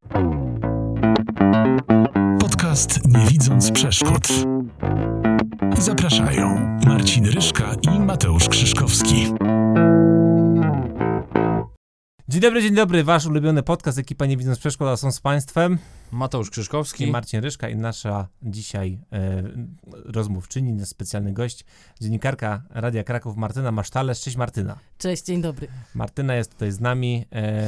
Podcast Nie widząc przeszkód. Zapraszają Marcin Ryszka i Mateusz Krzyszkowski. Dzień dobry, wasz ulubiony podcast Ekipa Nie widząc przeszkód, a są z państwem Mateusz Krzyszkowski i Marcin Ryszka i nasza dzisiaj rozmówczyni, nasz specjalny gość, dziennikarka Radia Kraków Martyna Masztalerz. Cześć Martyna. Cześć, dzień dobry. Martyna jest tutaj z nami.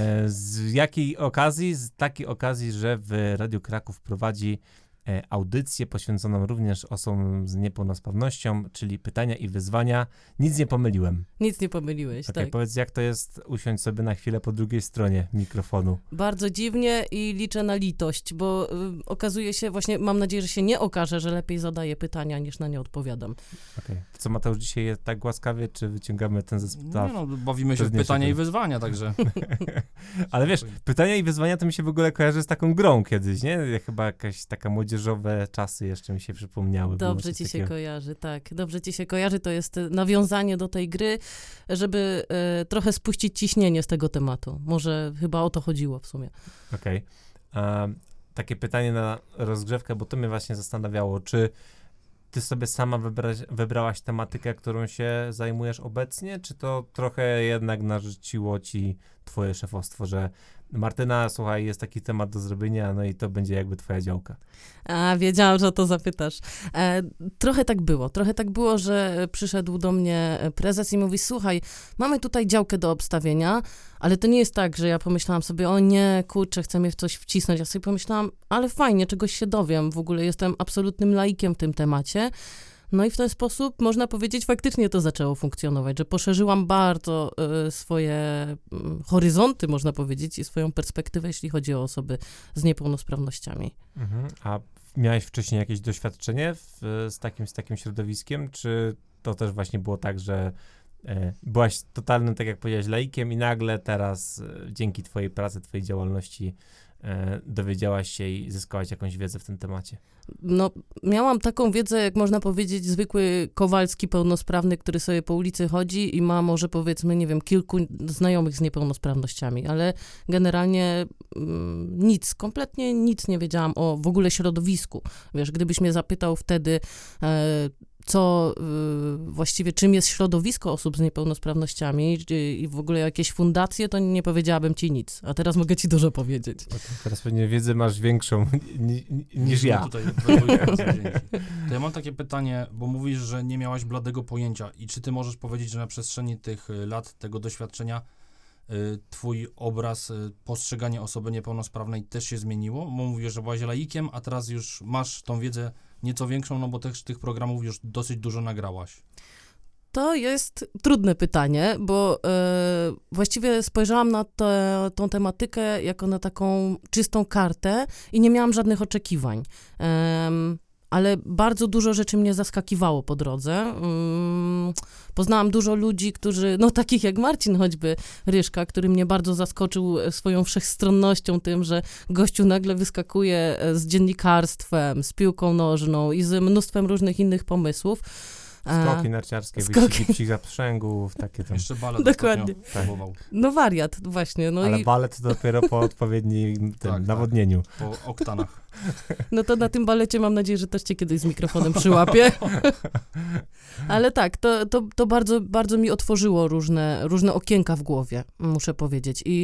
Z jakiej okazji? Z takiej okazji, że w Radiu Kraków prowadzi audycję poświęconą również osobom z niepełnosprawnością, czyli pytania i wyzwania. Nic nie pomyliłem. Nic nie pomyliłeś, tak. Powiedz, jak to jest usiąść sobie na chwilę po drugiej stronie mikrofonu? Bardzo dziwnie i liczę na litość, bo okazuje się, właśnie mam nadzieję, że się nie okaże, że lepiej zadaję pytania, niż na nie odpowiadam. Okej. Co, Mateusz, dzisiaj jest tak łaskawie, czy wyciągamy ten zestaw? No, bawimy się w pytania i wyzwania, także... Ale wiesz, pytania i wyzwania to mi się w ogóle kojarzy z taką grą kiedyś, nie? Chyba jakaś taka młodzieżowe czasy jeszcze mi się przypomniały. Dobrze ci się kojarzy, tak. Dobrze ci się kojarzy, to jest nawiązanie do tej gry, żeby trochę spuścić ciśnienie z tego tematu. Może chyba o to chodziło w sumie. Okej. Takie pytanie na rozgrzewkę, bo to mnie właśnie zastanawiało, czy ty sobie sama wybrałaś tematykę, którą się zajmujesz obecnie, czy to trochę jednak narzuciło ci twoje szefostwo, że Martyna, słuchaj, jest taki temat do zrobienia, no i to będzie jakby twoja działka. A, wiedziałam, że o to zapytasz. Trochę tak było, że przyszedł do mnie prezes i mówi, słuchaj, mamy tutaj działkę do obstawienia, ale to nie jest tak, że ja pomyślałam sobie, o nie, kurczę, chcę mnie w coś wcisnąć. Ja sobie pomyślałam, ale fajnie, czegoś się dowiem. W ogóle jestem absolutnym laikiem w tym temacie. No i w ten sposób, można powiedzieć, faktycznie to zaczęło funkcjonować, że poszerzyłam bardzo swoje horyzonty, można powiedzieć, i swoją perspektywę, jeśli chodzi o osoby z niepełnosprawnościami. A miałeś wcześniej jakieś doświadczenie z takim środowiskiem, czy to też właśnie było tak, że byłaś totalnym, tak jak powiedziałeś, laikiem i nagle teraz dzięki twojej pracy, twojej działalności dowiedziałaś się i zyskałaś jakąś wiedzę w tym temacie? No, miałam taką wiedzę, jak można powiedzieć, zwykły Kowalski pełnosprawny, który sobie po ulicy chodzi i ma może, powiedzmy, nie wiem, kilku znajomych z niepełnosprawnościami, ale generalnie kompletnie nic nie wiedziałam o w ogóle środowisku. Wiesz, gdybyś mnie zapytał wtedy, właściwie czym jest środowisko osób z niepełnosprawnościami i w ogóle jakieś fundacje, to nie powiedziałabym ci nic. A teraz mogę ci dużo powiedzieć. Okay. Teraz pewnie wiedzę masz większą niż ja. Tutaj, to ja mam takie pytanie, bo mówisz, że nie miałaś bladego pojęcia i czy ty możesz powiedzieć, że na przestrzeni tych lat, tego doświadczenia twój obraz, postrzeganie osoby niepełnosprawnej też się zmieniło? Bo mówisz, że byłaś laikiem, a teraz już masz tą wiedzę nieco większą, no bo też tych programów już dosyć dużo nagrałaś. To jest trudne pytanie, bo właściwie spojrzałam na tą tematykę jako na taką czystą kartę i nie miałam żadnych oczekiwań. Ale bardzo dużo rzeczy mnie zaskakiwało po drodze. Poznałam dużo ludzi, którzy, no takich jak Marcin choćby Ryszka, który mnie bardzo zaskoczył swoją wszechstronnością, tym, że gościu nagle wyskakuje z dziennikarstwem, z piłką nożną i z mnóstwem różnych innych pomysłów. Skoki narciarskie, wyścigi psich zaprzęgów, takie tam. Jeszcze balet dokładnie próbował. No wariat, właśnie. No ale balet to dopiero po odpowiednim nawodnieniu. Po oktanach. No to na tym balecie mam nadzieję, że też cię kiedyś z mikrofonem przyłapię. Ale tak, to bardzo, bardzo mi otworzyło różne okienka w głowie, muszę powiedzieć. I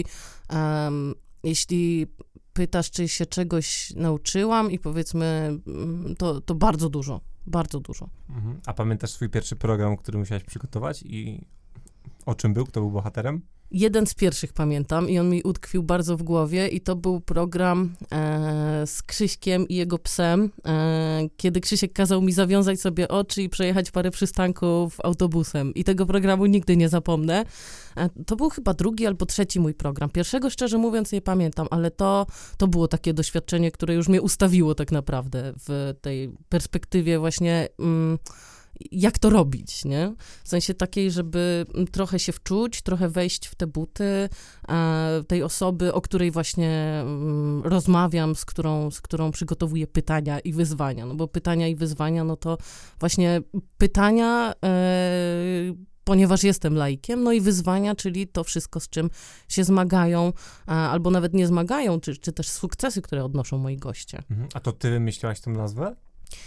jeśli pytasz, czy się czegoś nauczyłam i powiedzmy, to bardzo dużo. Bardzo dużo. A pamiętasz swój pierwszy program, który musiałaś przygotować i o czym był? Kto był bohaterem? Jeden z pierwszych pamiętam i on mi utkwił bardzo w głowie i to był program z Krzyśkiem i jego psem, kiedy Krzysiek kazał mi zawiązać sobie oczy i przejechać parę przystanków autobusem i tego programu nigdy nie zapomnę. To był chyba drugi albo trzeci mój program. Pierwszego, szczerze mówiąc, nie pamiętam, ale to było takie doświadczenie, które już mnie ustawiło tak naprawdę w tej perspektywie właśnie jak to robić, nie? W sensie takiej, żeby trochę się wczuć, trochę wejść w te buty tej osoby, o której właśnie rozmawiam, z którą przygotowuję pytania i wyzwania, no bo pytania i wyzwania, no to właśnie pytania ponieważ jestem laikiem, no i wyzwania, czyli to wszystko, z czym się zmagają, albo nawet nie zmagają, czy też sukcesy, które odnoszą moi goście. A to ty wymyśliłaś tą nazwę?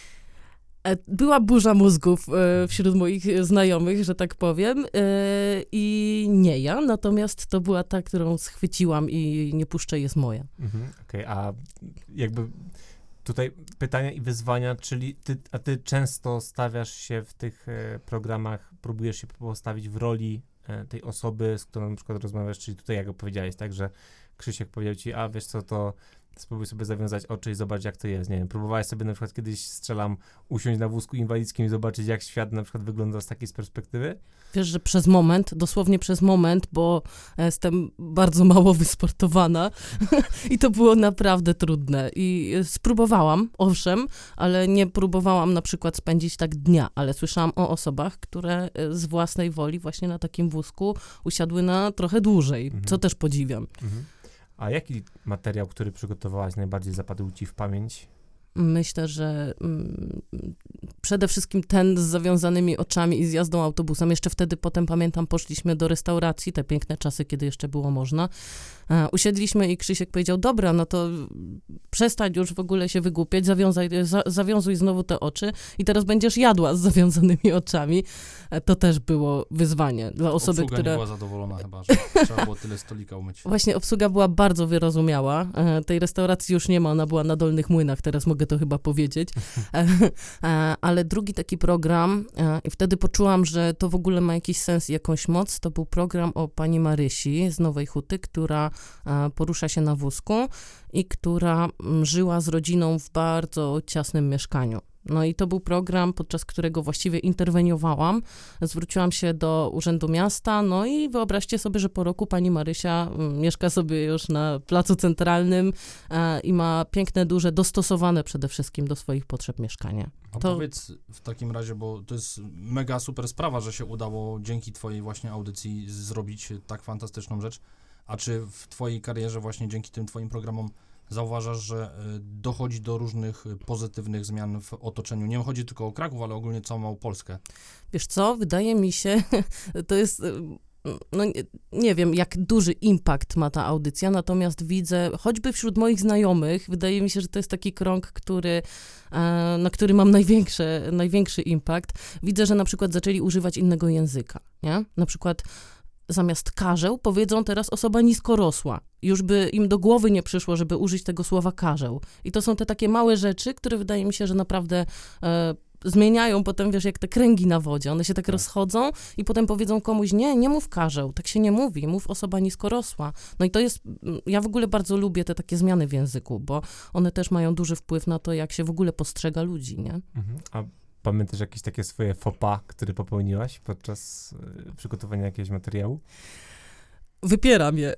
Była burza mózgów wśród moich znajomych, że tak powiem, i nie ja, natomiast to była ta, którą schwyciłam i nie puszczę, jest moja. Okej, a jakby tutaj pytania i wyzwania, czyli ty często stawiasz się w tych programach, próbujesz się postawić w roli tej osoby, z którą na przykład rozmawiasz, czyli tutaj jak powiedziałeś, tak, że Krzysiek powiedział ci, a wiesz co, to spróbuj sobie zawiązać oczy i zobacz, jak to jest, nie wiem, próbowałeś sobie na przykład kiedyś, usiąść na wózku inwalidzkim i zobaczyć, jak świat na przykład wygląda z takiej perspektywy? Wiesz, że przez moment, dosłownie przez moment, bo jestem bardzo mało wysportowana i to było naprawdę trudne. I spróbowałam, owszem, ale nie próbowałam na przykład spędzić tak dnia, ale słyszałam o osobach, które z własnej woli właśnie na takim wózku usiadły na trochę dłużej, co też podziwiam. A jaki materiał, który przygotowałaś, najbardziej zapadł ci w pamięć? Myślę, że przede wszystkim ten z zawiązanymi oczami i z jazdą autobusem. Jeszcze wtedy potem, pamiętam, poszliśmy do restauracji, te piękne czasy, kiedy jeszcze było można. Usiedliśmy i Krzysiek powiedział, dobra, no to przestań już w ogóle się wygłupiać, zawiązuj znowu te oczy i teraz będziesz jadła z zawiązanymi oczami. To też było wyzwanie dla osoby, Obsługa która... nie była zadowolona chyba, że trzeba było tyle stolika umyć. Właśnie obsługa była bardzo wyrozumiała. Tej restauracji już nie ma, ona była na Dolnych Młynach, teraz mogę to chyba powiedzieć. Ale drugi taki program, i wtedy poczułam, że to w ogóle ma jakiś sens i jakąś moc, to był program o pani Marysi z Nowej Huty, która porusza się na wózku i która żyła z rodziną w bardzo ciasnym mieszkaniu. No i to był program, podczas którego właściwie interweniowałam. Zwróciłam się do Urzędu Miasta, no i wyobraźcie sobie, że po roku pani Marysia mieszka sobie już na Placu Centralnym i ma piękne, duże, dostosowane przede wszystkim do swoich potrzeb mieszkanie. A powiedz w takim razie, bo to jest mega super sprawa, że się udało dzięki twojej właśnie audycji zrobić tak fantastyczną rzecz. A czy w twojej karierze właśnie dzięki tym twoim programom zauważasz, że dochodzi do różnych pozytywnych zmian w otoczeniu? Nie chodzi tylko o Kraków, ale ogólnie całą Małopolskę. Wiesz co, wydaje mi się, to jest, no nie wiem, jak duży impact ma ta audycja, natomiast widzę, choćby wśród moich znajomych, wydaje mi się, że to jest taki krąg, na który mam największy impact. Widzę, że na przykład zaczęli używać innego języka, nie? Na przykład zamiast karzeł powiedzą teraz osoba niskorosła. Już by im do głowy nie przyszło, żeby użyć tego słowa karzeł. I to są te takie małe rzeczy, które wydaje mi się, że naprawdę zmieniają potem, wiesz, jak te kręgi na wodzie. One się tak rozchodzą i potem powiedzą komuś, nie mów karzeł, tak się nie mówi, mów osoba niskorosła. No i to jest, ja w ogóle bardzo lubię te takie zmiany w języku, bo one też mają duży wpływ na to, jak się w ogóle postrzega ludzi, nie? A pamiętasz jakieś takie swoje faux pas, które popełniłaś podczas przygotowania jakiegoś materiału? Wypieram je.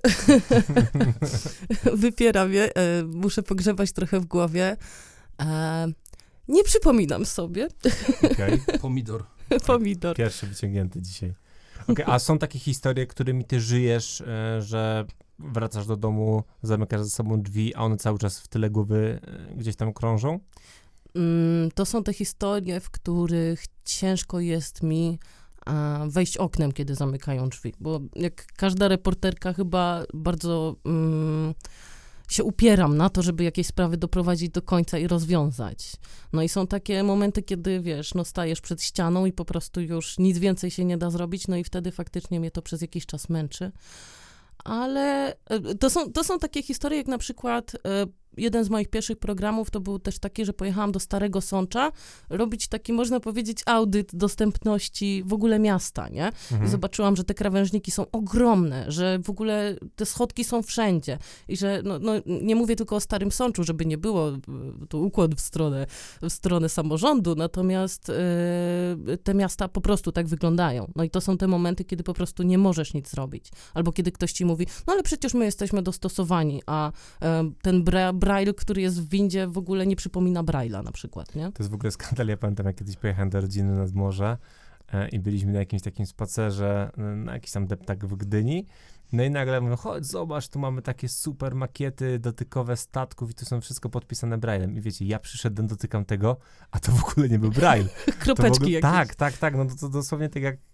Wypieram je. Muszę pogrzebać trochę w głowie. Nie przypominam sobie. Okay. Pomidor. Pomidor. Pierwszy wyciągnięty dzisiaj. Okay, a są takie historie, którymi ty żyjesz, że wracasz do domu, zamykasz za sobą drzwi, a one cały czas w tyle głowy gdzieś tam krążą? To są te historie, w których ciężko jest mi wejść oknem, kiedy zamykają drzwi, bo jak każda reporterka chyba bardzo się upieram na to, żeby jakieś sprawy doprowadzić do końca i rozwiązać. No i są takie momenty, kiedy wiesz, no stajesz przed ścianą i po prostu już nic więcej się nie da zrobić, no i wtedy faktycznie mnie to przez jakiś czas męczy. Ale to są takie historie, jak na przykład jeden z moich pierwszych programów to był też taki, że pojechałam do Starego Sącza robić taki, można powiedzieć, audyt dostępności w ogóle miasta, nie? I zobaczyłam, że te krawężniki są ogromne, że w ogóle te schodki są wszędzie i że, no nie mówię tylko o Starym Sączu, żeby nie było to ukłon w stronę samorządu, natomiast te miasta po prostu tak wyglądają. No i to są te momenty, kiedy po prostu nie możesz nic zrobić. Albo kiedy ktoś ci mówi, no ale przecież my jesteśmy dostosowani, a ten Braille, który jest w windzie, w ogóle nie przypomina Braille'a na przykład, nie? To jest w ogóle skandal. Ja pamiętam, jak kiedyś pojechałem do rodziny nad morze i byliśmy na jakimś takim spacerze, na jakiś tam deptak w Gdyni. No i nagle mówią, chodź, zobacz, tu mamy takie super makiety dotykowe statków i tu są wszystko podpisane Braillem. I wiecie, ja przyszedłem, dotykam tego, a to w ogóle nie był Braille. Kropeczki ogóle, jakieś. Tak, no to dosłownie tak jak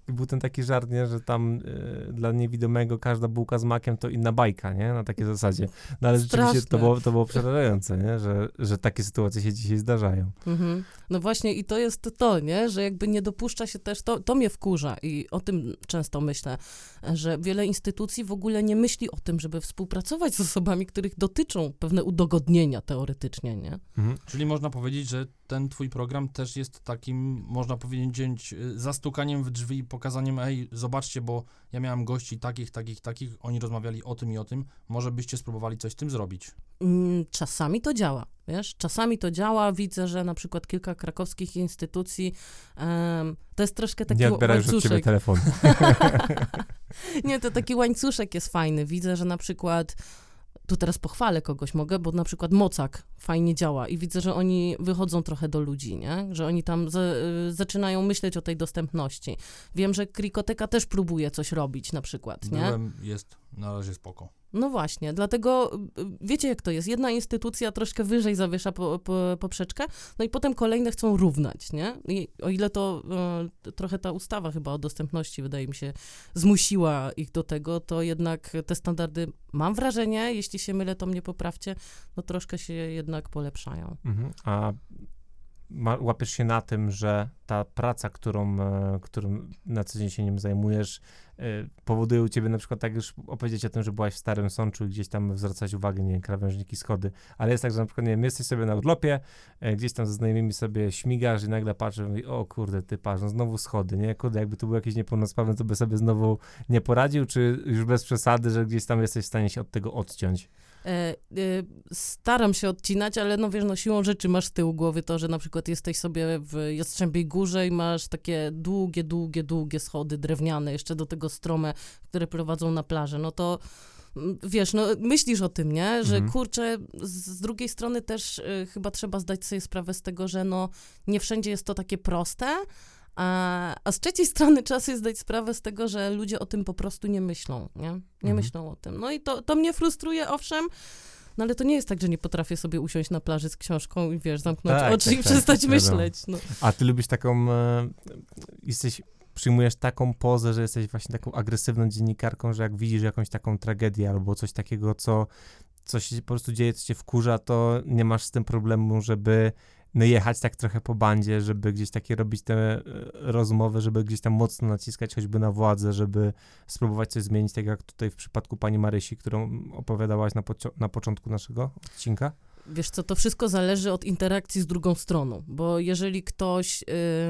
był ten taki żart, nie, że tam dla niewidomego każda bułka z makiem to inna bajka, nie? Na takiej zasadzie. No ale rzeczywiście to było przerażające, nie? Że takie sytuacje się dzisiaj zdarzają. Mhm. No właśnie i to jest to, nie? Że jakby nie dopuszcza się też, to mnie wkurza i o tym często myślę, że wiele instytucji w ogóle nie myśli o tym, żeby współpracować z osobami, których dotyczą pewne udogodnienia teoretycznie, nie? Mhm. Czyli można powiedzieć, że ten twój program też jest takim, można powiedzieć, zastukaniem w drzwi i pokazaniem, ej, zobaczcie, bo ja miałem gości takich, oni rozmawiali o tym i o tym, może byście spróbowali coś z tym zrobić. Czasami to działa, wiesz, czasami to działa, widzę, że na przykład kilka krakowskich instytucji, to jest troszkę taki Nie odbiera już od ciebie łańcuszek. telefonu. Nie, to taki łańcuszek jest fajny, widzę, że na przykład tu teraz pochwalę kogoś mogę, bo na przykład Mocak fajnie działa i widzę, że oni wychodzą trochę do ludzi, nie? Że oni tam zaczynają myśleć o tej dostępności. Wiem, że Krikoteka też próbuje coś robić na przykład, nie? Jest na razie spoko. No właśnie, dlatego wiecie jak to jest, jedna instytucja troszkę wyżej zawiesza poprzeczkę, no i potem kolejne chcą równać, nie? I o ile to trochę ta ustawa chyba o dostępności, wydaje mi się, zmusiła ich do tego, to jednak te standardy, mam wrażenie, jeśli się mylę, to mnie poprawcie, no troszkę się jednak polepszają. Mhm. A łapiesz się na tym, że ta praca, którą na co dzień się nim zajmujesz, powoduje u ciebie na przykład, tak już opowiedzieć o tym, że byłaś w Starym Sączu i gdzieś tam zwracać uwagę, nie wiem, krawężniki, schody, ale jest tak, że na przykład, nie wiem, jesteś sobie na urlopie, gdzieś tam ze znajomymi sobie śmigasz i nagle patrzę i mówię, o kurde, ty patrz, no znowu schody, nie, kurde, jakby tu był jakiś niepełnosprawny, to by sobie znowu nie poradził, czy już bez przesady, że gdzieś tam jesteś w stanie się od tego odciąć? Staram się odcinać, ale no wiesz, no siłą rzeczy masz z tyłu głowy to, że na przykład jesteś sobie w Jastrzębiej Górze i masz takie długie schody drewniane, jeszcze do tego strome, które prowadzą na plażę, no to wiesz, no myślisz o tym, nie? Że kurczę, z drugiej strony też chyba trzeba zdać sobie sprawę z tego, że no nie wszędzie jest to takie proste, a z trzeciej strony trzeba sobie zdać sprawę z tego, że ludzie o tym po prostu nie myślą, nie? Nie myślą o tym. No i to mnie frustruje, owszem, no ale to nie jest tak, że nie potrafię sobie usiąść na plaży z książką i wiesz, zamknąć oczy i przestać myśleć. No. A ty lubisz taką, przyjmujesz taką pozę, że jesteś właśnie taką agresywną dziennikarką, że jak widzisz jakąś taką tragedię albo coś takiego, co się po prostu dzieje, co cię wkurza, to nie masz z tym problemu, żeby no jechać tak trochę po bandzie, żeby gdzieś takie robić te rozmowy, żeby gdzieś tam mocno naciskać choćby na władzę, żeby spróbować coś zmienić, tak jak tutaj w przypadku pani Marysi, którą opowiadałaś na początku naszego odcinka? Wiesz co, to wszystko zależy od interakcji z drugą stroną, bo jeżeli ktoś...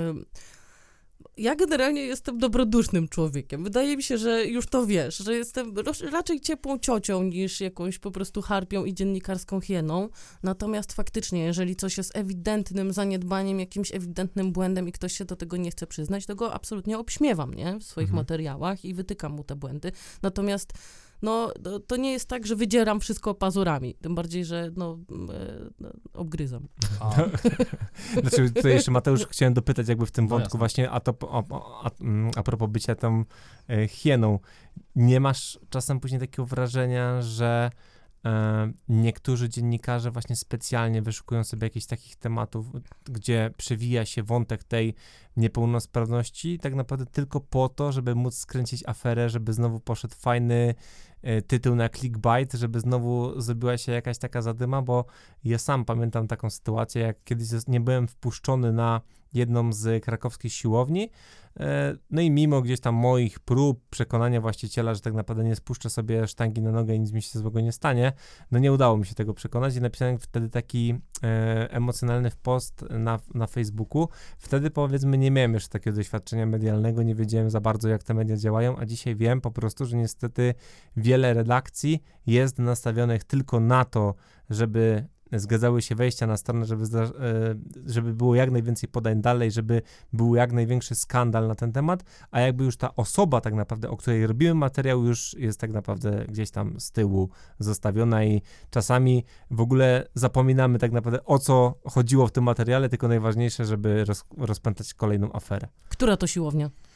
Ja generalnie jestem dobrodusznym człowiekiem. Wydaje mi się, że już to wiesz, że jestem raczej ciepłą ciocią niż jakąś po prostu harpią i dziennikarską hieną. Natomiast faktycznie, jeżeli coś jest ewidentnym zaniedbaniem, jakimś ewidentnym błędem i ktoś się do tego nie chce przyznać, to go absolutnie obśmiewam, nie? W swoich materiałach i wytykam mu te błędy. Natomiast no, to nie jest tak, że wydzieram wszystko pazurami. Tym bardziej, że obgryzam. Znaczy, tutaj jeszcze Mateusz chciałem dopytać jakby w tym wątku właśnie, a propos bycia tą hieną. Nie masz czasem później takiego wrażenia, że niektórzy dziennikarze właśnie specjalnie wyszukują sobie jakichś takich tematów, gdzie przewija się wątek tej niepełnosprawności, tak naprawdę tylko po to, żeby móc skręcić aferę, żeby znowu poszedł fajny tytuł na clickbait, żeby znowu zrobiła się jakaś taka zadyma, bo ja sam pamiętam taką sytuację, jak kiedyś nie byłem wpuszczony na jedną z krakowskich siłowni, no i mimo gdzieś tam moich prób przekonania właściciela, że tak naprawdę nie spuszczę sobie sztangi na nogę i nic mi się złego nie stanie, no nie udało mi się tego przekonać i napisałem wtedy taki emocjonalny post na Facebooku. Wtedy powiedzmy nie miałem jeszcze takiego doświadczenia medialnego, nie wiedziałem za bardzo jak te media działają, a dzisiaj wiem po prostu, że niestety wiele redakcji jest nastawionych tylko na to, żeby zgadzały się wejścia na stronę, żeby było jak najwięcej podań dalej, żeby był jak największy skandal na ten temat, a jakby już ta osoba tak naprawdę, o której robiłem materiał, już jest tak naprawdę gdzieś tam z tyłu zostawiona i czasami w ogóle zapominamy tak naprawdę o co chodziło w tym materiale, tylko najważniejsze, żeby rozpętać kolejną aferę. Która to siłownia?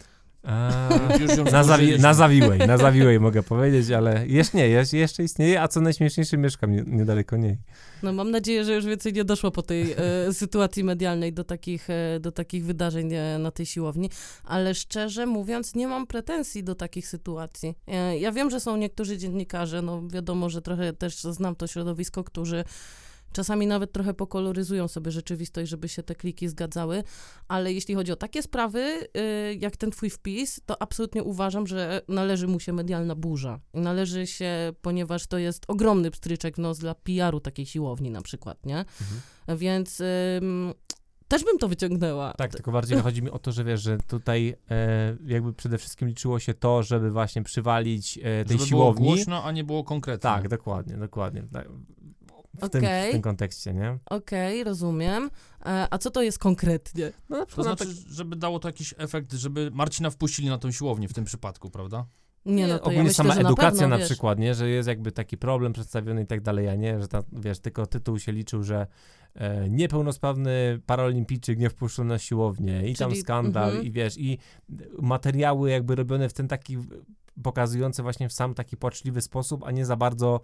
Już ją złożyliśmy. Na Zawiłej mogę powiedzieć, ale jeszcze istnieje, a co najśmieszniejsze mieszkam niedaleko niej. No mam nadzieję, że już więcej nie doszło po tej sytuacji medialnej do takich wydarzeń na tej siłowni, ale szczerze mówiąc nie mam pretensji do takich sytuacji. Ja wiem, że są niektórzy dziennikarze, no wiadomo, że trochę też znam to środowisko, którzy czasami nawet trochę pokoloryzują sobie rzeczywistość, żeby się te kliki zgadzały, ale jeśli chodzi o takie sprawy, jak ten twój wpis, to absolutnie uważam, że należy mu się medialna burza. I należy się, ponieważ to jest ogromny pstryczek w nos dla PR-u takiej siłowni na przykład, nie? Więc też bym to wyciągnęła. Tak, tylko bardziej chodzi mi o to, że wiesz, że tutaj jakby przede wszystkim liczyło się to, żeby właśnie przywalić tej żeby siłowni. było głośno, a nie było konkretnie. Tak, dokładnie. W tym kontekście, nie? Okej, rozumiem. A co to jest konkretnie? No na To przykład znaczy, żeby dało to jakiś efekt, żeby Marcina wpuścili na tą siłownię w tym przypadku, prawda? Nie, no to ogólnie ja myślę, sama że edukacja pewno, na wiesz, przykład, nie? Że jest jakby taki problem przedstawiony i tak dalej, a nie, że wiesz, tylko tytuł się liczył, że niepełnosprawny paraolimpijczyk nie wpuszczony na siłownię i tam Czyli- skandal i wiesz, i materiały jakby robione w ten taki pokazujące właśnie w sam taki płaczliwy sposób, a nie za bardzo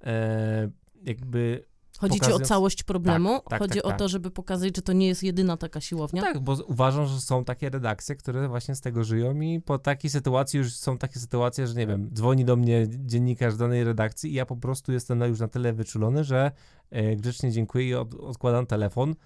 jakby Chodzi ci o pokazując- całość problemu? Tak, Chodzi o tak. to, żeby pokazać, że to nie jest jedyna taka siłownia? Tak, bo uważam, że są takie redakcje, które właśnie z tego żyją i po takiej sytuacji już są takie sytuacje, że nie wiem, dzwoni do mnie dziennikarz danej redakcji i ja po prostu jestem już na tyle wyczulony, że grzecznie dziękuję i odkładam telefon.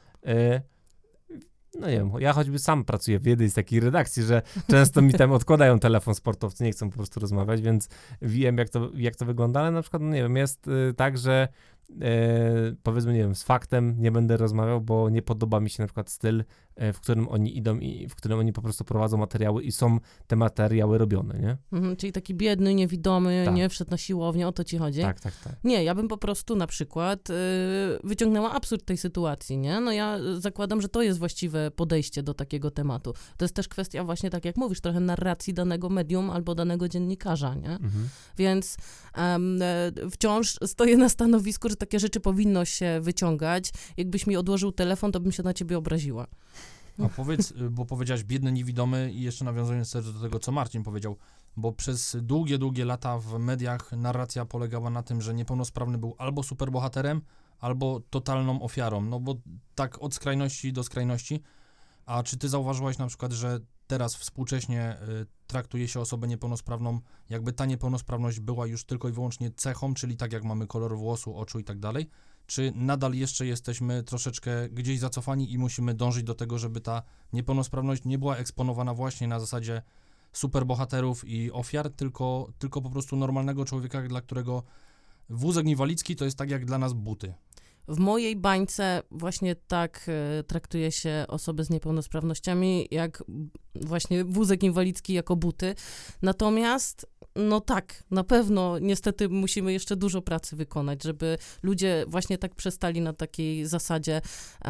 No nie wiem, ja choćby sam pracuję w jednej z takich redakcji, że często mi tam odkładają telefon sportowcy, nie chcą po prostu rozmawiać, więc wiem jak to wygląda, ale na przykład, no nie wiem, jest tak, że powiedzmy, nie wiem, z Faktem nie będę rozmawiał, bo nie podoba mi się na przykład styl, w którym oni idą i w którym oni po prostu prowadzą materiały i są te materiały robione, nie? Czyli taki biedny, niewidomy, Tak. nie wszedł na siłownię, o to ci chodzi? Tak. Nie, ja bym po prostu na przykład wyciągnęła absurd tej sytuacji, nie? No ja zakładam, że to jest właściwe podejście do takiego tematu. To jest też kwestia właśnie, tak jak mówisz, trochę narracji danego medium albo danego dziennikarza, nie? Więc wciąż stoję na stanowisku, że takie rzeczy powinno się wyciągać. Jakbyś mi odłożył telefon, to bym się na ciebie obraziła. A powiedz, bo powiedziałaś biedny, niewidomy i jeszcze nawiązując też do tego, co Marcin powiedział, bo przez długie lata w mediach narracja polegała na tym, że niepełnosprawny był albo superbohaterem, albo totalną ofiarą, no bo tak od skrajności do skrajności. A czy ty zauważyłaś na przykład, że teraz współcześnie traktuje się osobę niepełnosprawną, jakby ta niepełnosprawność była już tylko i wyłącznie cechą, czyli tak jak mamy kolor włosu, oczu i tak dalej, czy nadal jeszcze jesteśmy troszeczkę gdzieś zacofani i musimy dążyć do tego, żeby ta niepełnosprawność nie była eksponowana właśnie na zasadzie superbohaterów i ofiar, tylko po prostu normalnego człowieka, dla którego wózek inwalidzki to jest tak jak dla nas buty. W mojej bańce właśnie tak traktuje się osoby z niepełnosprawnościami, jak właśnie wózek inwalidzki jako buty. Natomiast, no tak, na pewno niestety musimy jeszcze dużo pracy wykonać, żeby ludzie właśnie tak przestali na takiej zasadzie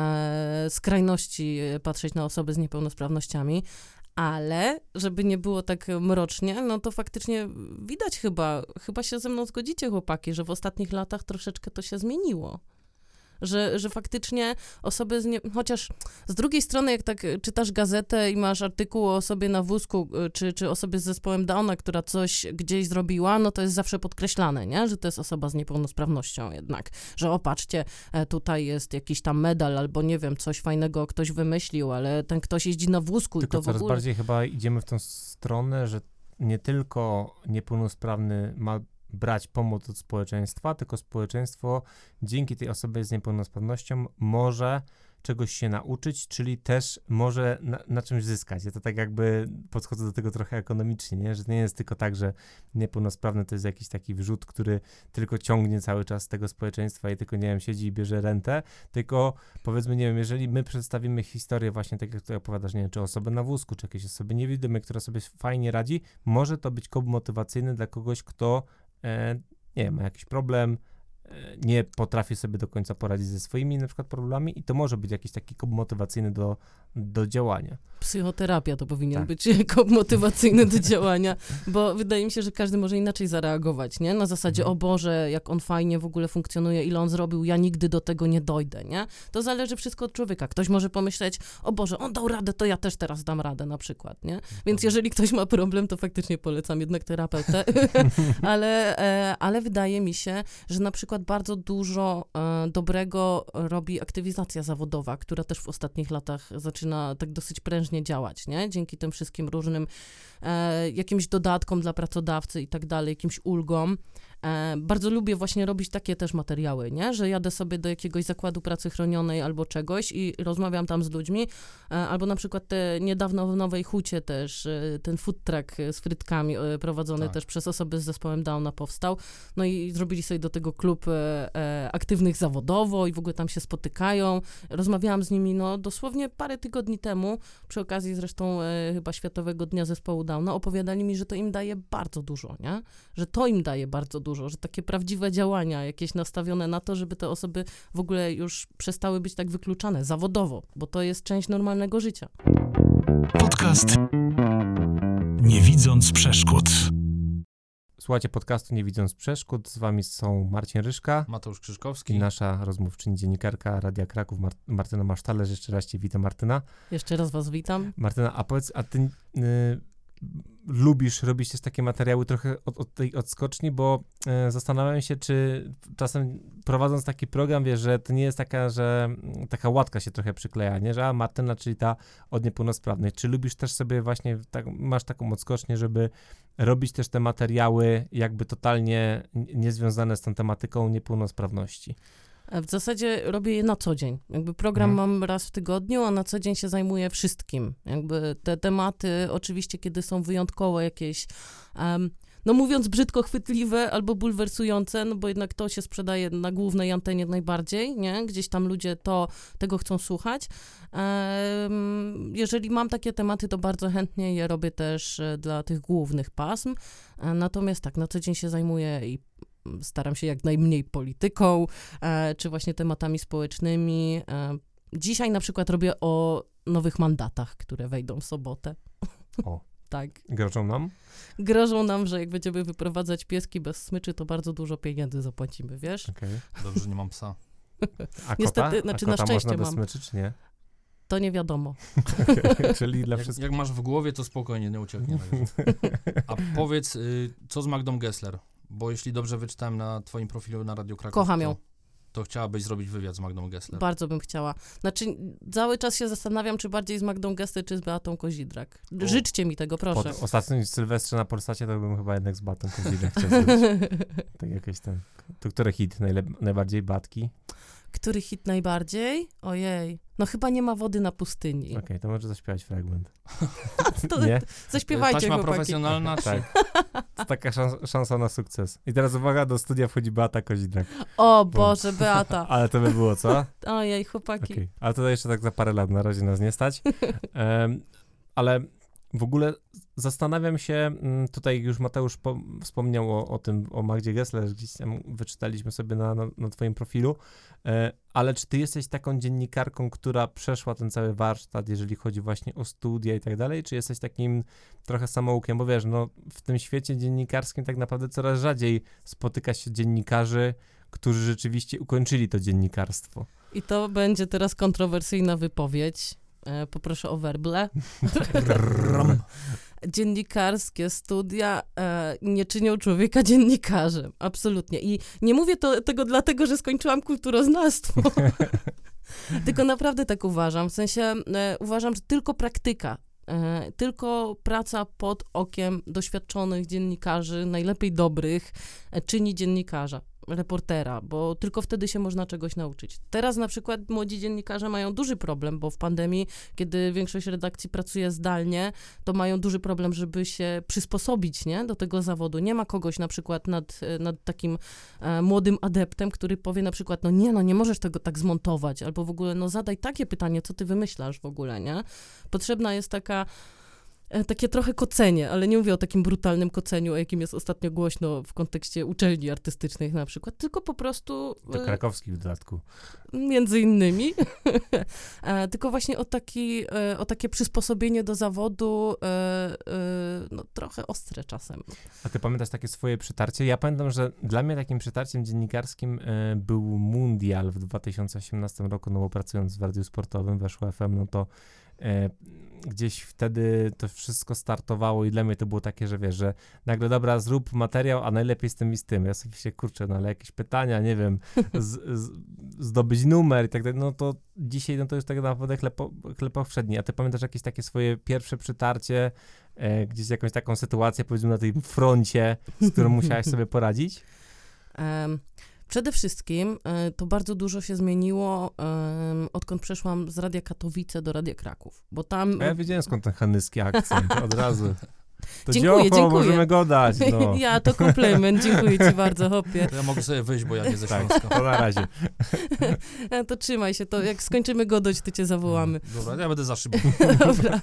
skrajności patrzeć na osoby z niepełnosprawnościami. Ale, żeby nie było tak mrocznie, no to faktycznie widać chyba się ze mną zgodzicie, chłopaki, że w ostatnich latach troszeczkę to się zmieniło. Że faktycznie osoby chociaż z drugiej strony, jak tak czytasz gazetę i masz artykuł o osobie na wózku, czy osobie z zespołem Downa, która coś gdzieś zrobiła, no to jest zawsze podkreślane, nie? Że to jest osoba z niepełnosprawnością jednak, że o, patrzcie, tutaj jest jakiś tam medal, albo nie wiem, coś fajnego ktoś wymyślił, ale ten ktoś jeździ na wózku. Tylko to w coraz ogóle... bardziej chyba idziemy w tą stronę, że nie tylko niepełnosprawny ma brać pomoc od społeczeństwa, tylko społeczeństwo dzięki tej osobie z niepełnosprawnością może czegoś się nauczyć, czyli też może na czymś zyskać. Ja to tak jakby podchodzę do tego trochę ekonomicznie, nie? Że nie jest tylko tak, że niepełnosprawny to jest jakiś taki wrzód, który tylko ciągnie cały czas z tego społeczeństwa i tylko, nie wiem, siedzi i bierze rentę, tylko powiedzmy, nie wiem, jeżeli my przedstawimy historię właśnie tak, jak tutaj opowiadasz, nie wiem, czy osobę na wózku, czy jakiejś osoby niewidomej, która sobie fajnie radzi, może to być kob motywacyjny dla kogoś, kto nie wiem, ma jakiś problem, nie potrafi sobie do końca poradzić ze swoimi na przykład problemami i to może być jakiś taki kop motywacyjny do działania. Psychoterapia to powinien Tak. być kop motywacyjny do działania, bo wydaje mi się, że każdy może inaczej zareagować, nie? Na zasadzie, o Boże, jak on fajnie w ogóle funkcjonuje, ile on zrobił, ja nigdy do tego nie dojdę, nie? To zależy wszystko od człowieka. Ktoś może pomyśleć, o Boże, on dał radę, to ja też teraz dam radę na przykład, nie? Więc jeżeli ktoś ma problem, to faktycznie polecam jednak terapeutę, ale wydaje mi się, że na przykład bardzo dużo dobrego robi aktywizacja zawodowa, która też w ostatnich latach zaczyna tak dosyć prężnie działać, nie? Dzięki tym wszystkim różnym jakimś dodatkom dla pracodawcy i tak dalej, jakimś ulgom. Bardzo lubię właśnie robić takie też materiały, nie? Że jadę sobie do jakiegoś zakładu pracy chronionej albo czegoś i rozmawiam tam z ludźmi, albo na przykład niedawno w Nowej Hucie też ten food truck z frytkami prowadzony też przez osoby z zespołem Downa powstał, no i zrobili sobie do tego klub aktywnych zawodowo i w ogóle tam się spotykają. Rozmawiałam z nimi, no dosłownie parę tygodni temu, przy okazji zresztą chyba Światowego Dnia Zespołu Downa, opowiadali mi, że to im daje bardzo dużo, nie? Że to im daje bardzo dużo, że takie prawdziwe działania, jakieś nastawione na to, żeby te osoby w ogóle już przestały być tak wykluczane zawodowo, bo to jest część normalnego życia. Podcast Nie widząc przeszkód. Słuchajcie podcastu Nie widząc przeszkód. Z wami są Marcin Ryszka Mateusz Krzyszkowski. i nasza rozmówczyni, dziennikarka Radia Kraków, Martyna Masztalerz. Jeszcze raz cię witam, Martyna. Jeszcze raz was witam. Martyna, a powiedz, a ty lubisz robić też takie materiały trochę od tej odskoczni, bo zastanawiam się, czy czasem prowadząc taki program, wiesz, że to nie jest taka, że taka łatka się trochę przykleja, nie? Że Martyna, czyli ta od niepełnosprawnych. Czy lubisz też sobie właśnie, masz taką odskocznię, żeby robić też te materiały jakby totalnie niezwiązane z tą tematyką niepełnosprawności? W zasadzie robię je na co dzień. Jakby program mam raz w tygodniu, a na co dzień się zajmuję wszystkim. Jakby te tematy, oczywiście, kiedy są wyjątkowo jakieś, no mówiąc brzydko, chwytliwe albo bulwersujące, no bo jednak to się sprzedaje na głównej antenie najbardziej, nie? Gdzieś tam ludzie tego chcą słuchać. Jeżeli mam takie tematy, to bardzo chętnie je robię też dla tych głównych pasm. Natomiast tak, na co dzień się zajmuję i staram się jak najmniej polityką, czy właśnie tematami społecznymi. Dzisiaj na przykład robię o nowych mandatach, które wejdą w sobotę. O. Tak. Grożą nam? Grożą nam, że jak będziemy wyprowadzać pieski bez smyczy, to bardzo dużo pieniędzy zapłacimy, wiesz? Okay. Dobrze, że nie mam psa. A niestety, kota? znaczy A kota na szczęście można bez mam. smyczy, czy nie? To nie wiadomo. Czyli dla wszystkich. Jak masz w głowie, to spokojnie, nie ucieknie. A powiedz, co z Magdą Gessler? Bo jeśli dobrze wyczytałem na twoim profilu na Radio Kraków, Kocham ją. To chciałabyś zrobić wywiad z Magdą Gessler. Bardzo bym chciała. Znaczy, cały czas się zastanawiam, czy bardziej z Magdą Gessler, czy z Beatą Kozidrak. Życzcie mi tego, proszę. Po ostatnim Sylwestrze na Polsacie to bym chyba jednak z Beatą Kozidrak chciał zrobić. Tak jakoś ten. To który hit najbardziej Batki? Który hit najbardziej? Ojej. No chyba Nie ma wody na pustyni. Okej, to może zaśpiewać fragment. To Nie? zaśpiewajcie, Taśma chłopaki. profesjonalna, czy... Tak. To taka szansa na sukces. I teraz uwaga, do studia wchodzi Beata Kozidrak. O Boże, Beata. Ale to by było, co? Ojej, chłopaki. Okay. Ale to jeszcze tak za parę lat, na razie nas nie stać. Ale w ogóle zastanawiam się, tutaj już Mateusz wspomniał o tym, o Magdzie Gessler, gdzieś tam wyczytaliśmy sobie na twoim profilu, ale czy ty jesteś taką dziennikarką, która przeszła ten cały warsztat, jeżeli chodzi właśnie o studia i tak dalej, czy jesteś takim trochę samoukiem, bo wiesz, no w tym świecie dziennikarskim tak naprawdę coraz rzadziej spotyka się dziennikarzy, którzy rzeczywiście ukończyli to dziennikarstwo. I to będzie teraz kontrowersyjna wypowiedź. Poproszę o werble. Dziennikarskie studia nie czynią człowieka dziennikarzem. Absolutnie. I nie mówię tego dlatego, że skończyłam kulturoznawstwo. Tylko naprawdę tak uważam. W sensie uważam, że tylko praktyka, tylko praca pod okiem doświadczonych dziennikarzy, najlepiej dobrych, czyni dziennikarza, reportera, bo tylko wtedy się można czegoś nauczyć. Teraz na przykład młodzi dziennikarze mają duży problem, bo w pandemii, kiedy większość redakcji pracuje zdalnie, to mają duży problem, żeby się przysposobić, nie, do tego zawodu. Nie ma kogoś na przykład nad takim młodym adeptem, który powie na przykład, nie możesz tego tak zmontować, albo w ogóle, zadaj takie pytanie, co ty wymyślasz w ogóle, nie? Potrzebna jest taka takie trochę kocenie, ale nie mówię o takim brutalnym koceniu, o jakim jest ostatnio głośno w kontekście uczelni artystycznych na przykład, tylko po prostu... Do krakowskich w dodatku. Między innymi. Tylko właśnie o takie przysposobienie do zawodu, no trochę ostre czasem. A ty pamiętasz takie swoje przytarcie? Ja pamiętam, że dla mnie takim przytarciem dziennikarskim był Mundial w 2018 roku, no bo pracując w Radiu Sportowym, Weszło FM, no to gdzieś wtedy to wszystko startowało i dla mnie to było takie, że wiesz, że nagle dobra, zrób materiał, a najlepiej z tym i z tym. Ja sobie się kurczę, no ale jakieś pytania, nie wiem, zdobyć numer i tak dalej, no to dzisiaj no to już tak naprawdę chleb powszedni. A ty pamiętasz jakieś takie swoje pierwsze przytarcie, gdzieś jakąś taką sytuację, powiedzmy na tym froncie, z którą musiałaś sobie poradzić? Przede wszystkim to bardzo dużo się zmieniło, odkąd przeszłam z Radia Katowice do Radia Kraków, bo tam... A ja wiedziałem skąd ten hanyski akcent od razu. To dziękuję. możemy go dać, no. Ja, to komplement, dziękuję ci bardzo, hopie. Ja mogę sobie wyjść, bo ja nie ze Śląska. Tak, to na razie. To trzymaj się, to jak skończymy godać, to cię zawołamy. Dobra, ja będę za szybą. Dobra.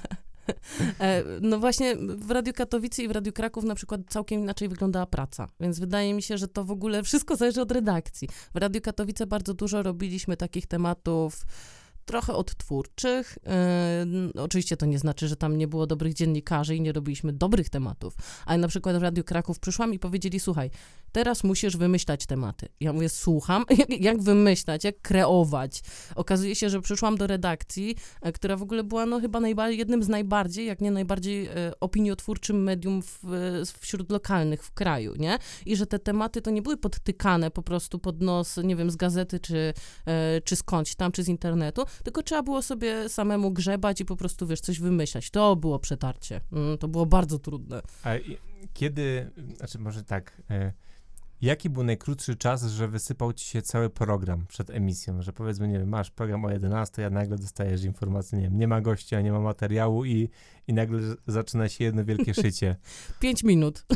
No właśnie w Radiu Katowice i w Radiu Kraków na przykład całkiem inaczej wyglądała praca, więc wydaje mi się, że to w ogóle wszystko zależy od redakcji. W Radiu Katowice bardzo dużo robiliśmy takich tematów trochę odtwórczych. Oczywiście to nie znaczy, że tam nie było dobrych dziennikarzy i nie robiliśmy dobrych tematów, ale na przykład w Radiu Kraków przyszłam i powiedzieli, słuchaj, teraz musisz wymyślać tematy. Ja mówię, słucham, jak wymyślać, jak kreować. Okazuje się, że przyszłam do redakcji, która w ogóle była no chyba jednym z najbardziej, jak nie najbardziej opiniotwórczym medium wśród lokalnych w kraju, nie? I że te tematy to nie były podtykane po prostu pod nos, nie wiem, z gazety czy skądś tam, czy z internetu, tylko trzeba było sobie samemu grzebać i po prostu, wiesz, coś wymyślać. To było przetarcie. To było bardzo trudne. A kiedy, znaczy może tak, jaki był najkrótszy czas, że wysypał ci się cały program przed emisją? Że powiedzmy, nie wiem, masz program o 11, a nagle dostajesz informację, nie wiem, nie ma gościa, nie ma materiału i nagle zaczyna się jedno wielkie szycie. 5 minut.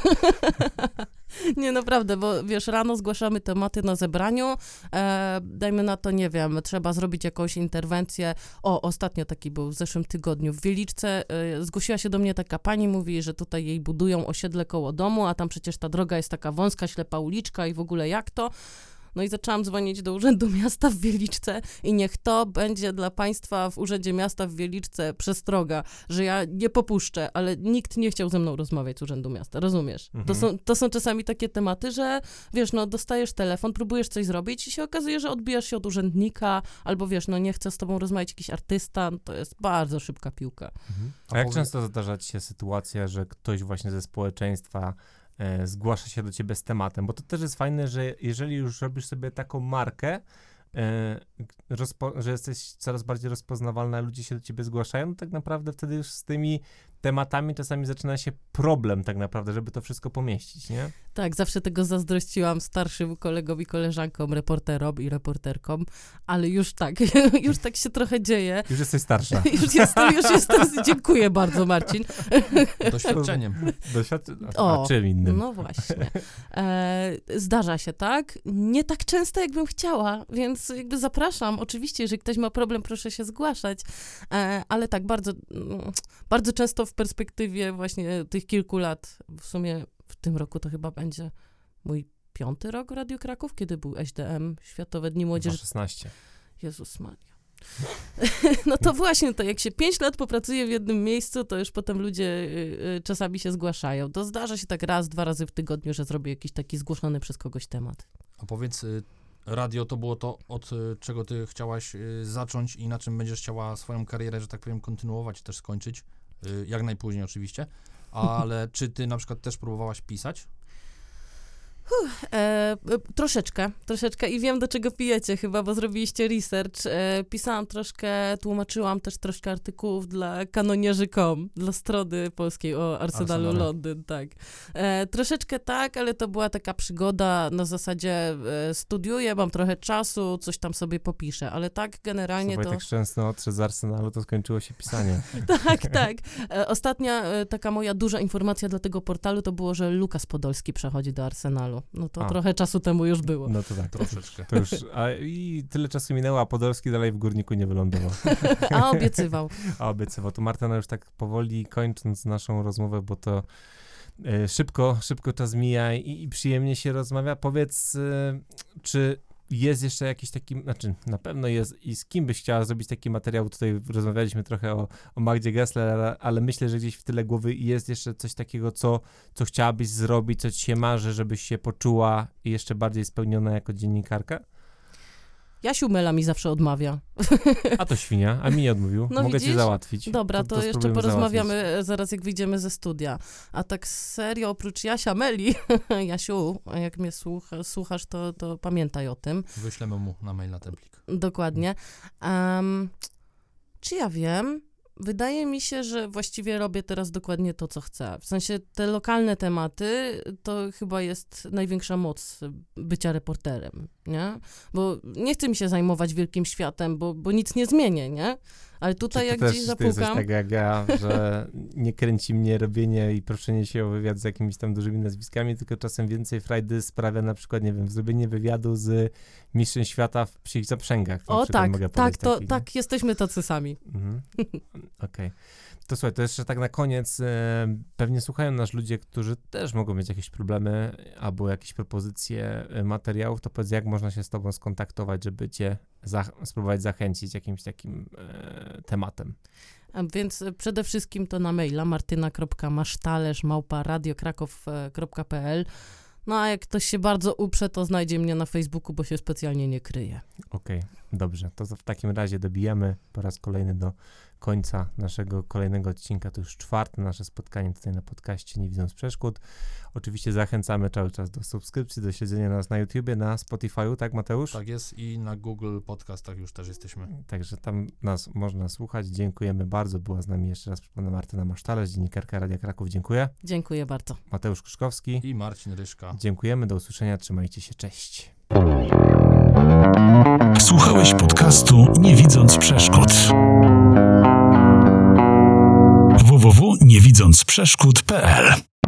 Nie, naprawdę, bo wiesz, rano zgłaszamy tematy na zebraniu, dajmy na to, nie wiem, trzeba zrobić jakąś interwencję. Ostatnio taki był w zeszłym tygodniu w Wieliczce, zgłosiła się do mnie taka pani, mówi, że tutaj jej budują osiedle koło domu, a tam przecież ta droga jest taka wąska, ślepa uliczka i w ogóle jak to? No i zaczęłam dzwonić do Urzędu Miasta w Wieliczce i niech to będzie dla państwa w Urzędzie Miasta w Wieliczce przestroga, że ja nie popuszczę, ale nikt nie chciał ze mną rozmawiać z Urzędu Miasta, rozumiesz? To są czasami takie tematy, że wiesz, no dostajesz telefon, próbujesz coś zrobić i się okazuje, że odbijasz się od urzędnika, albo wiesz, no nie chce z tobą rozmawiać jakiś artysta, to jest bardzo szybka piłka. A jak często zdarza ci się sytuacja, że ktoś właśnie ze społeczeństwa zgłasza się do ciebie z tematem, bo to też jest fajne, że jeżeli już robisz sobie taką markę, że jesteś coraz bardziej rozpoznawalna, ludzie się do ciebie zgłaszają, no tak naprawdę wtedy już z tymi tematami czasami zaczyna się problem tak naprawdę, żeby to wszystko pomieścić, nie? Tak, zawsze tego zazdrościłam starszym kolegom i koleżankom, reporterom i reporterkom, ale już tak się trochę dzieje. Już jesteś starsza. Już jestem, dziękuję bardzo, Marcin. Doświadczeniem. A czym innym? No właśnie. Zdarza się, tak? Nie tak często, jakbym chciała, więc jakby zapraszam. Oczywiście, jeżeli ktoś ma problem, proszę się zgłaszać, ale tak, bardzo, bardzo często w perspektywie właśnie tych kilku lat, w sumie w tym roku to chyba będzie mój 5. rok w Radiu Kraków, kiedy był SDM, Światowe Dni Młodzieży. 16. Jezus Maria. No to właśnie, to jak się 5 lat popracuje w jednym miejscu, to już potem ludzie czasami się zgłaszają. To zdarza się tak raz, 2 razy w tygodniu, że zrobię jakiś taki zgłoszony przez kogoś temat. A powiedz, radio to było to, od czego ty chciałaś zacząć i na czym będziesz chciała swoją karierę, że tak powiem, kontynuować, też skończyć, jak najpóźniej oczywiście, ale czy ty na przykład też próbowałaś pisać? Troszeczkę i wiem, do czego pijecie chyba, bo zrobiliście research. Pisałam troszkę, tłumaczyłam też troszkę artykułów dla kanonierzy.com, dla strony polskiej o Arsenalu Londyn, tak. Troszeczkę tak, ale to była taka przygoda na zasadzie studiuję, mam trochę czasu, coś tam sobie popiszę, ale tak generalnie to... tak Szczęsny odszedł z Arsenalu, to skończyło się pisanie. Tak. Ostatnia taka moja duża informacja dla tego portalu to było, że Lukas Podolski przechodzi do Arsenalu. No to trochę czasu temu już było. No to tak. Troszeczkę. To już, i tyle czasu minęło, a Podolski dalej w Górniku nie wylądował. A obiecywał. A obiecywał. To Martyna już tak powoli kończąc naszą rozmowę, bo to szybko czas mija i przyjemnie się rozmawia. Powiedz, czy jest jeszcze jakiś taki, znaczy na pewno jest i z kim byś chciała zrobić taki materiał? Tutaj rozmawialiśmy trochę o Magdzie Gessler, ale myślę, że gdzieś w tyle głowy jest jeszcze coś takiego, co chciałabyś zrobić, co ci się marzy, żebyś się poczuła jeszcze bardziej spełniona jako dziennikarka? Jasiu Mela mi zawsze odmawia. A to świnia, a mi nie odmówił. No Mogę widzisz? cię załatwić. Dobra, to jeszcze spróbujemy porozmawiamy załatwić. zaraz, jak wyjdziemy ze studia. A tak serio, oprócz Jasia Meli, Jasiu, jak mnie słuchasz, to pamiętaj o tym. Wyślemy mu na maila ten plik. Dokładnie. Czy ja wiem? Wydaje mi się, że właściwie robię teraz dokładnie to, co chcę. W sensie te lokalne tematy to chyba jest największa moc bycia reporterem, nie? Bo nie chcę mi się zajmować wielkim światem, bo nic nie zmienię, nie? Ale tutaj jak gdzieś Ty zapukam... jesteś tak jak ja, że nie kręci mnie robienie i proszenie się o wywiad z jakimiś tam dużymi nazwiskami, tylko czasem więcej frajdy sprawia na przykład, nie wiem, zrobienie wywiadu z mistrzem świata w psich zaprzęgach. O tak, jesteśmy tacy sami. Mhm. Okej. To słuchaj, to jeszcze tak na koniec, pewnie słuchają nas ludzie, którzy też mogą mieć jakieś problemy albo jakieś propozycje materiałów, to powiedz, jak można się z tobą skontaktować, żeby cię spróbować zachęcić jakimś takim tematem. A więc przede wszystkim to na maila martyna.masztalerz@radiokraków.pl. No a jak ktoś się bardzo uprze, to znajdzie mnie na Facebooku, bo się specjalnie nie kryje. Okej, dobrze. To w takim razie dobijamy po raz kolejny do końca naszego kolejnego odcinka. To już 4. nasze spotkanie tutaj na podcaście Nie widząc przeszkód. Oczywiście zachęcamy cały czas do subskrypcji, do śledzenia nas na YouTubie, na Spotify'u, tak Mateusz? Tak jest i na Google Podcastach już też jesteśmy. Także tam nas można słuchać. Dziękujemy bardzo. Była z nami jeszcze raz, przypomnę, Martyna Masztalerz, dziennikarka Radia Kraków. Dziękuję. Dziękuję bardzo. Mateusz Krzykowski. I Marcin Ryszka. Dziękujemy. Do usłyszenia. Trzymajcie się. Cześć. Słuchałeś podcastu Nie widząc przeszkód. www.niewidzącprzeszkód.pl